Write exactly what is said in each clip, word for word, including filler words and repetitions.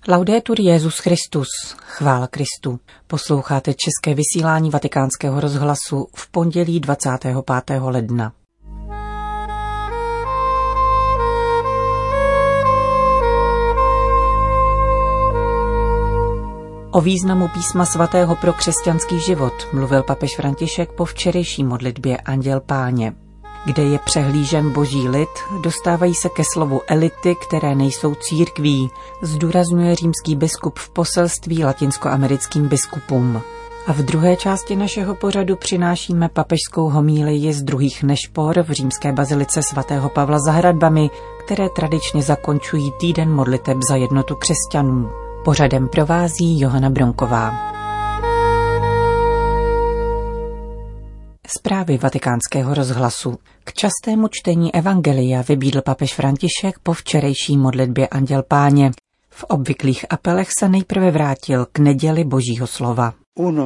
Laudetur Jesus Christus, chvála Kristu. Posloucháte české vysílání Vatikánského rozhlasu v pondělí dvacátého pátého ledna. O významu písma svatého pro křesťanský život mluvil papež František po včerejší modlitbě Anděl Páně. Kde je přehlížen boží lid, dostávají se ke slovu elity, které nejsou církví, zdůrazňuje římský biskup v poselství latinskoamerickým biskupům. A v druhé části našeho pořadu přinášíme papežskou homílii z druhých nešpor v římské bazilice svatého Pavla za hradbami, které tradičně zakončují týden modliteb za jednotu křesťanů. Pořadem provází Johana Bronková. Zprávy Vatikánského rozhlasu. K častému čtení evangelia vybídl papež František po včerejší modlitbě Anděl Páně. V obvyklých apelech se nejprve vrátil k neděli Božího slova.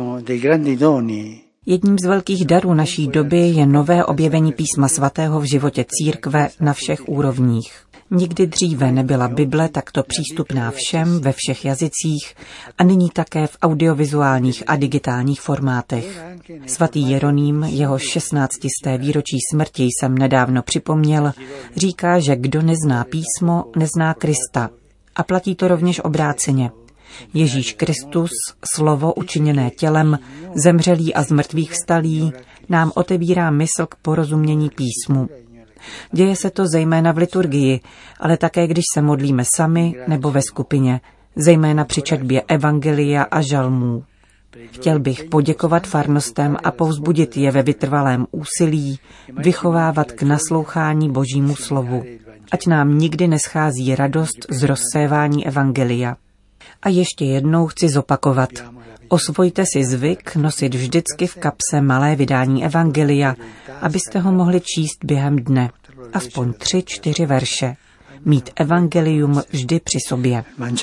Jedním z velkých darů naší doby je nové objevení písma svatého v životě církve na všech úrovních. Nikdy dříve nebyla Bible takto přístupná všem ve všech jazycích a nyní také v audiovizuálních a digitálních formátech. Svatý Jeroným, jeho šestnáctisté výročí smrti jsem nedávno připomněl, říká, že kdo nezná písmo, nezná Krista. A platí to rovněž obráceně. Ježíš Kristus, slovo učiněné tělem, zemřelý a z mrtvých vstalý, nám otevírá mysl k porozumění písmu. Děje se to zejména v liturgii, ale také když se modlíme sami nebo ve skupině, zejména při četbě evangelia a žalmů. Chtěl bych poděkovat farnostem a povzbudit je ve vytrvalém úsilí vychovávat k naslouchání Božímu slovu. Ať nám nikdy neschází radost z rozsévání evangelia. A ještě jednou chci zopakovat. Osvojte si zvyk nosit vždycky v kapse malé vydání evangelia, abyste ho mohli číst během dne. Aspoň tři, čtyři verše. Mít evangelium vždy při sobě.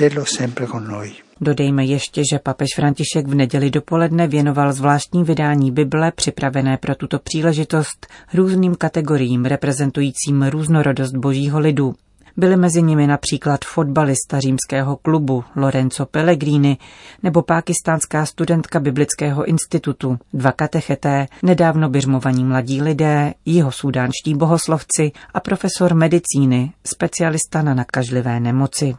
Dodejme ještě, že papež František v neděli dopoledne věnoval zvláštní vydání Bible připravené pro tuto příležitost různým kategoriím reprezentujícím různorodost božího lidu. Byli mezi nimi například fotbalista římského klubu Lorenzo Pellegrini nebo pákistánská studentka Biblického institutu, dva katecheté, nedávno biřmovaní mladí lidé, jihosúdánští bohoslovci a profesor medicíny, specialista na nakažlivé nemoci.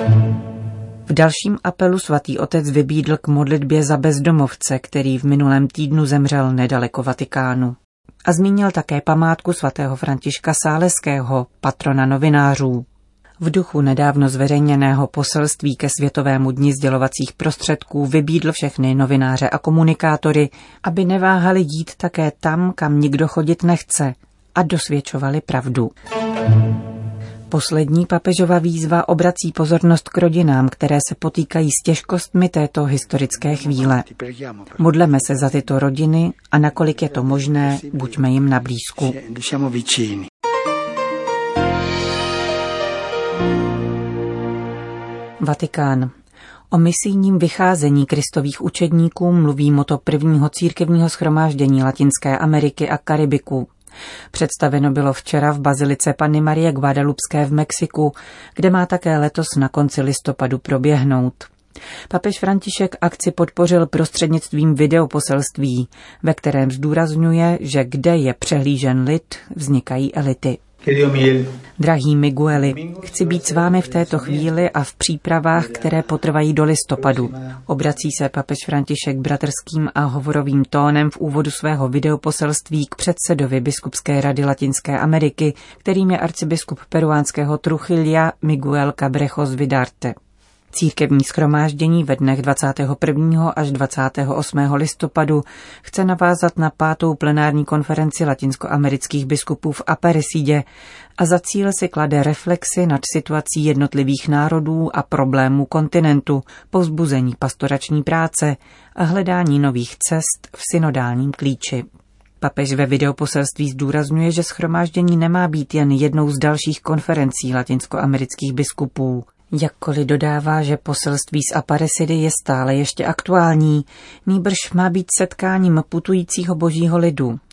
V dalším apelu svatý otec vybídl k modlitbě za bezdomovce, který v minulém týdnu zemřel nedaleko Vatikánu. A zmínil také památku svatého Františka Sáleského, patrona novinářů. V duchu nedávno zveřejněného poselství ke Světovému dni sdělovacích prostředků vybídl všechny novináře a komunikátory, aby neváhali jít také tam, kam nikdo chodit nechce, a dosvědčovali pravdu. Poslední papežova výzva obrací pozornost k rodinám, které se potýkají s těžkostmi této historické chvíle. Modleme se za tyto rodiny a nakolik je to možné, buďme jim na blízku. Vatikán. O misijním vycházení kristových učedníků mluví motto prvního církevního shromáždění Latinské Ameriky a Karibiku. Představeno bylo včera v bazilice Panny Marie Guadalupské v Mexiku, kde má také letos na konci listopadu proběhnout. Papež František akci podpořil prostřednictvím videoposelství, ve kterém zdůrazňuje, že kde je přehlížen lid, vznikají elity. Drahý Migueli, chci být s vámi v této chvíli a v přípravách, které potrvají do listopadu. Obrací se papež František bratrským a hovorovým tónem v úvodu svého videoposelství k předsedovi Biskupské rady Latinské Ameriky, kterým je arcibiskup peruánského Trujilla Miguel Cabrejos Vidarte. Církevní shromáždění ve dnech dvacátého prvního až dvacátého osmého listopadu chce navázat na pátou plenární konferenci latinskoamerických biskupů v Aparecidě a za cíl si klade reflexy nad situací jednotlivých národů a problémů kontinentu, povzbuzení pastorační práce a hledání nových cest v synodálním klíči. Papež ve videoposelství zdůrazňuje, že shromáždění nemá být jen jednou z dalších konferencí latinskoamerických biskupů. Jakkoliv dodává, že poselství z Aparecidy je stále ještě aktuální, nýbrž má být setkáním putujícího božího lidu,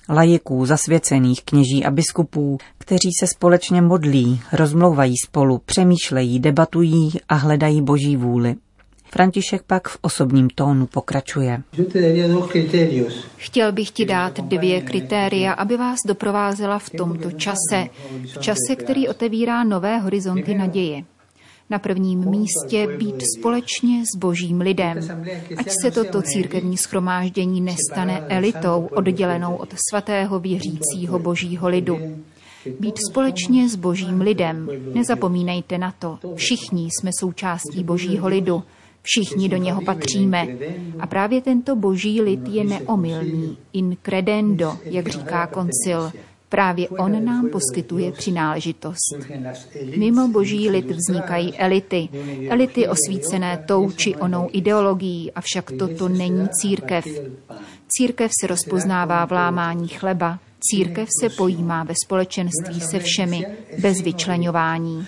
laiků, zasvěcených, kněží a biskupů, kteří se společně modlí, rozmlouvají spolu, přemýšlejí, debatují a hledají Boží vůli. František pak v osobním tónu pokračuje. Chtěl bych ti dát dvě kritéria, aby vás doprovázela v tomto čase. V čase, který otevírá nové horizonty naděje. Na prvním místě být společně s Božím lidem. Ať se toto církevní shromáždění nestane elitou oddělenou od svatého věřícího Božího lidu. Být společně s Božím lidem. Nezapomínejte na to. Všichni jsme součástí Božího lidu. Všichni do něho patříme. A právě tento Boží lid je neomylný. In credendo, jak říká koncil. Právě on nám poskytuje přináležitost. Mimo Boží lid vznikají elity. Elity osvícené tou či onou ideologií, avšak toto není církev. Církev se rozpoznává v lámání chleba. Církev se pojímá ve společenství se všemi, bez vyčleňování.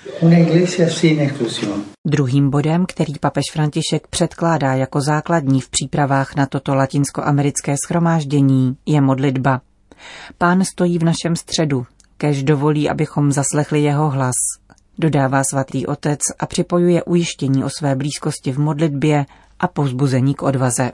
Druhým bodem, který papež František předkládá jako základní v přípravách na toto latinskoamerické shromáždění, je modlitba. Pán stojí v našem středu, kéž dovolí, abychom zaslechli jeho hlas. Dodává svatý otec a připojuje ujištění o své blízkosti v modlitbě a povzbuzení k odvaze.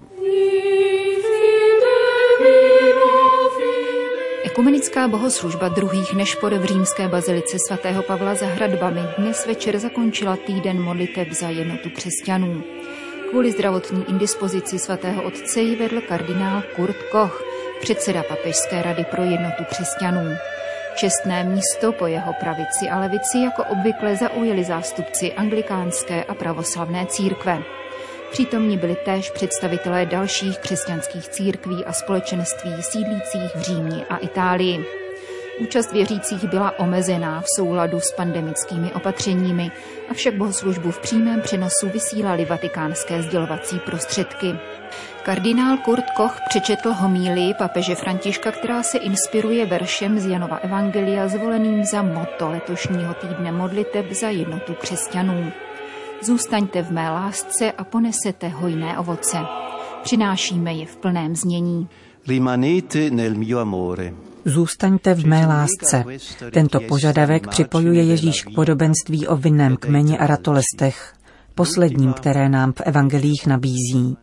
Ekumenická bohoslužba druhých nešpor v římské bazilice svatého Pavla za hradbami dnes večer zakončila týden modliteb za jednotu křesťanů. Kvůli zdravotní indispozici svatého otce ji vedl kardinál Kurt Koch, předseda Papežské rady pro jednotu křesťanů. Čestné místo po jeho pravici a levici jako obvykle zaujali zástupci anglikánské a pravoslavné církve. Přítomní byli též představitelé dalších křesťanských církví a společenství sídlících v Římě a Itálii. Účast věřících byla omezená v souladu s pandemickými opatřeními, avšak bohoslužbu v přímém přenosu vysílali vatikánské sdělovací prostředky. Kardinál Kurt Koch přečetl homílii papeže Františka, která se inspiruje veršem z Janova evangelia zvoleným za motto letošního týdne modliteb za jednotu křesťanů. Zůstaňte v mé lásce a ponesete hojné ovoce. Přinášíme je v plném znění. Rimanete nel mio amore. Zůstaňte v mé lásce. Tento požadavek připojuje Ježíš k podobenství o vinném kmeni a ratolestech, posledním, které nám v evangelích nabízí.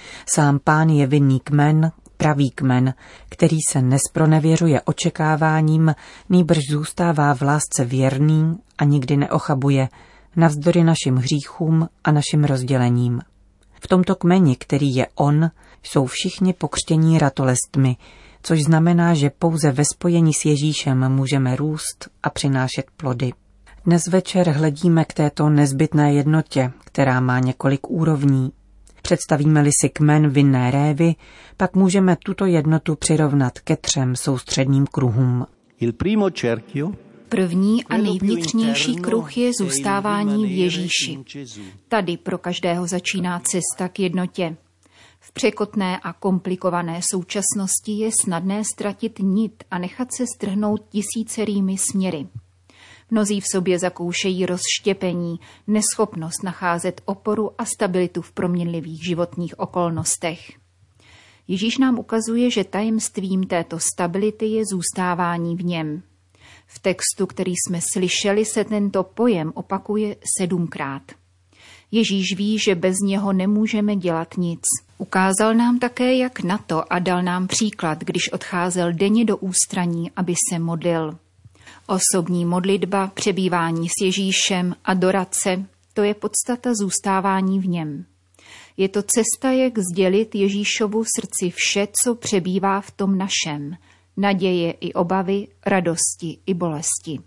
Sám Pán je vinný kmen, pravý kmen, který se nespronevěřuje očekáváním, nýbrž zůstává v lásce věrný a nikdy neochabuje, navzdory našim hříchům a našim rozdělením. V tomto kmeni, který je on, jsou všichni pokřtění ratolestmi, což znamená, že pouze ve spojení s Ježíšem můžeme růst a přinášet plody. Dnes večer hledíme k této nezbytné jednotě, která má několik úrovní. Představíme-li si kmen vinné révy, pak můžeme tuto jednotu přirovnat ke třem soustředním kruhům. Il primo cerchio. První a nejvnitřnější kruh je zůstávání v Ježíši. Tady pro každého začíná cesta k jednotě. V překotné a komplikované současnosti je snadné ztratit nit a nechat se strhnout tisícerými směry. Mnozí v sobě zakoušejí rozštěpení, neschopnost nacházet oporu a stabilitu v proměnlivých životních okolnostech. Ježíš nám ukazuje, že tajemstvím této stability je zůstávání v něm. V textu, který jsme slyšeli, se tento pojem opakuje sedmkrát. Ježíš ví, že bez něho nemůžeme dělat nic. Ukázal nám také, jak na to a dal nám příklad, když odcházel denně do ústraní, aby se modlil. Osobní modlitba, přebývání s Ježíšem, adorace, to je podstata zůstávání v něm. Je to cesta, jak sdělit Ježíšovu srdci vše, co přebývá v tom našem, naděje i obavy, radosti i bolesti.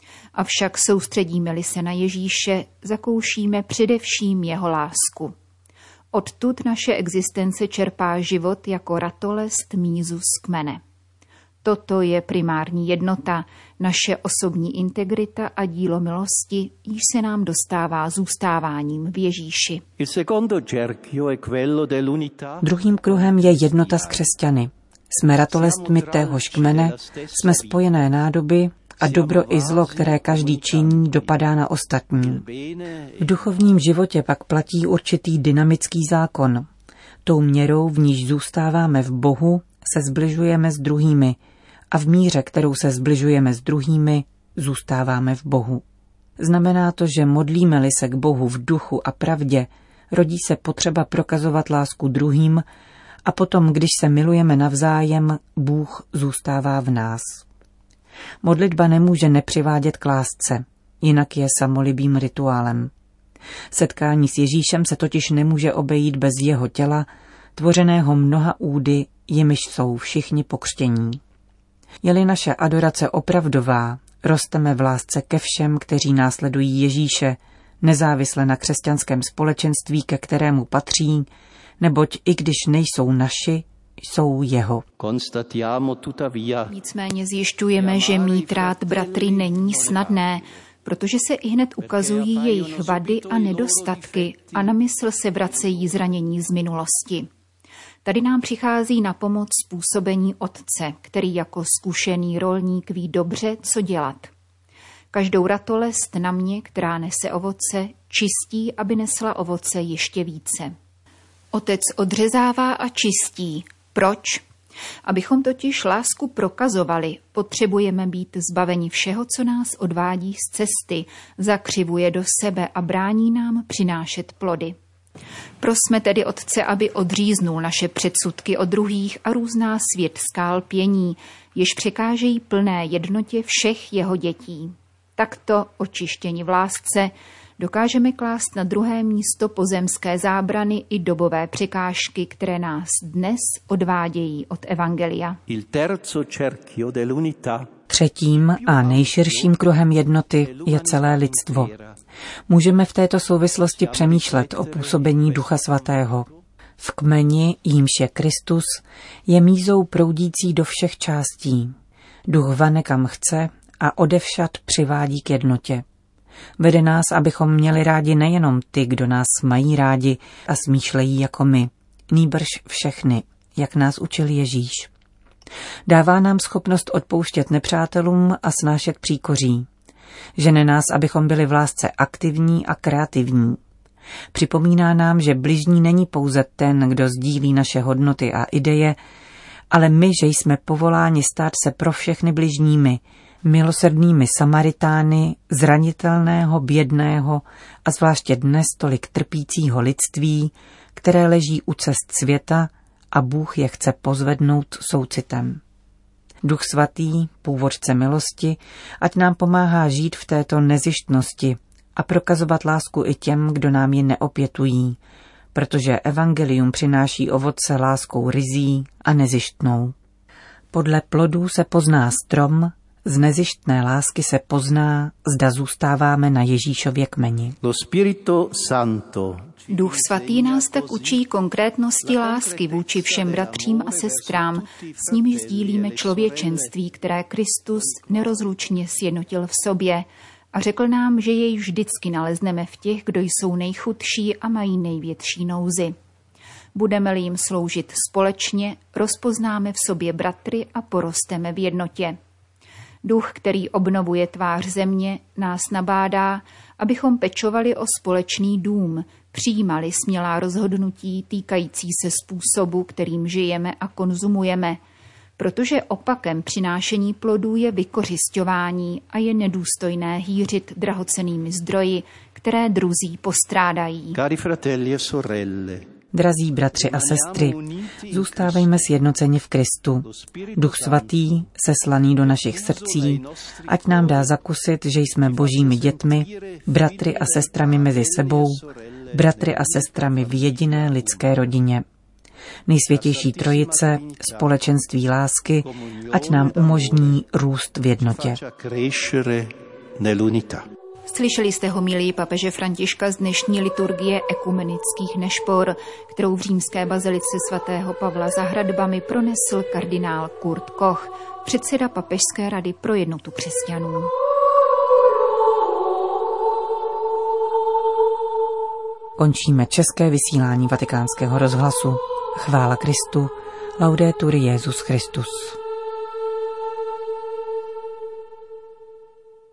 Avšak soustředíme-li se na Ježíše, zakoušíme především jeho lásku. Odtud naše existence čerpá život jako ratolest mízu z kmene. Toto je primární jednota, naše osobní integrita a dílo milosti, již se nám dostává zůstáváním v Ježíši. Druhým kruhem je jednota s křesťany. Jsme ratolestmi téhož kmene, jsme spojené nádoby a dobro i zlo, které každý činí, dopadá na ostatní. V duchovním životě pak platí určitý dynamický zákon. Tou měrou, v níž zůstáváme v Bohu, se zbližujeme s druhými, a v míře, kterou se zbližujeme s druhými, zůstáváme v Bohu. Znamená to, že modlíme-li se k Bohu v duchu a pravdě, rodí se potřeba prokazovat lásku druhým a potom, když se milujeme navzájem, Bůh zůstává v nás. Modlitba nemůže nepřivádět k lásce, jinak je samolibým rituálem. Setkání s Ježíšem se totiž nemůže obejít bez jeho těla, tvořeného mnoha údy, jimiž jsou všichni pokřtění. Je-li naše adorace opravdová, rosteme v lásce ke všem, kteří následují Ježíše, nezávisle na křesťanském společenství, ke kterému patří, neboť i když nejsou naši, jsou jeho. Nicméně zjišťujeme, že mít rád bratry není snadné, protože se ihned ukazují jejich vady a nedostatky a na mysl se vracejí zranění z minulosti. Tady nám přichází na pomoc působení otce, který jako zkušený rolník ví dobře, co dělat. Každou ratolest na mě, která nese ovoce, čistí, aby nesla ovoce ještě více. Otec odřezává a čistí. Proč? Abychom totiž lásku prokazovali, potřebujeme být zbaveni všeho, co nás odvádí z cesty, zakřivuje do sebe a brání nám přinášet plody. Prosme tedy Otce, aby odříznul naše předsudky o druhých a různá světská lpění, jež překážejí plné jednotě všech jeho dětí. Takto, očištěni v lásce, dokážeme klást na druhé místo pozemské zábrany i dobové překážky, které nás dnes odvádějí od evangelia. Třetím a nejširším kruhem jednoty je celé lidstvo. Můžeme v této souvislosti přemýšlet o působení Ducha Svatého. V kmeni, jímž je Kristus, je mízou proudící do všech částí. Duch vane kam chce a odevšad přivádí k jednotě. Vede nás, abychom měli rádi nejenom ty, kdo nás mají rádi a smýšlejí jako my, nýbrž všechny, jak nás učil Ježíš. Dává nám schopnost odpouštět nepřátelům a snášet příkoří. Žene nás, abychom byli v lásce aktivní a kreativní. Připomíná nám, že bližní není pouze ten, kdo sdílí naše hodnoty a ideje, ale my, že jsme povoláni stát se pro všechny bližními, milosrdnými Samaritány, zranitelného, bědného a zvláště dnes tolik trpícího lidství, které leží u cest světa a Bůh je chce pozvednout soucitem. Duch Svatý, původce milosti, ať nám pomáhá žít v této nezištnosti a prokazovat lásku i těm, kdo nám ji neopětují, protože evangelium přináší ovoce láskou ryzí a nezištnou. Podle plodů se pozná strom, z nezištné lásky se pozná, zda zůstáváme na Ježíšově kmeni. Duch Svatý nás tak učí konkrétnosti lásky vůči všem bratřím a sestrám, s nimi sdílíme člověčenství, které Kristus nerozlučně sjednotil v sobě a řekl nám, že jej vždycky nalezneme v těch, kdo jsou nejchudší a mají největší nouzi. Budeme-li jim sloužit společně, rozpoznáme v sobě bratry a porosteme v jednotě. Duch, který obnovuje tvář země, nás nabádá, abychom pečovali o společný dům, přijímali smělá rozhodnutí týkající se způsobu, kterým žijeme a konzumujeme, protože opakem přinášení plodů je vykořisťování a je nedůstojné hýřit drahocennými zdroji, které druzí postrádají. Cari fratelli e sorelle. Drazí bratři a sestry, zůstávejme sjednoceni v Kristu. Duch Svatý, seslaný do našich srdcí, ať nám dá zakusit, že jsme božími dětmi, bratry a sestrami mezi sebou, bratry a sestrami v jediné lidské rodině. Nejsvětější trojice, společenství lásky, ať nám umožní růst v jednotě. Slyšeli jste homilii papeže Františka z dnešní liturgie ekumenických nešpor, kterou v římské bazilice svatého Pavla za hradbami pronesl kardinál Kurt Koch, předseda Papežské rady pro jednotu křesťanů. Končíme české vysílání Vatikánského rozhlasu. Chvála Kristu, laudetur Jesus Christus.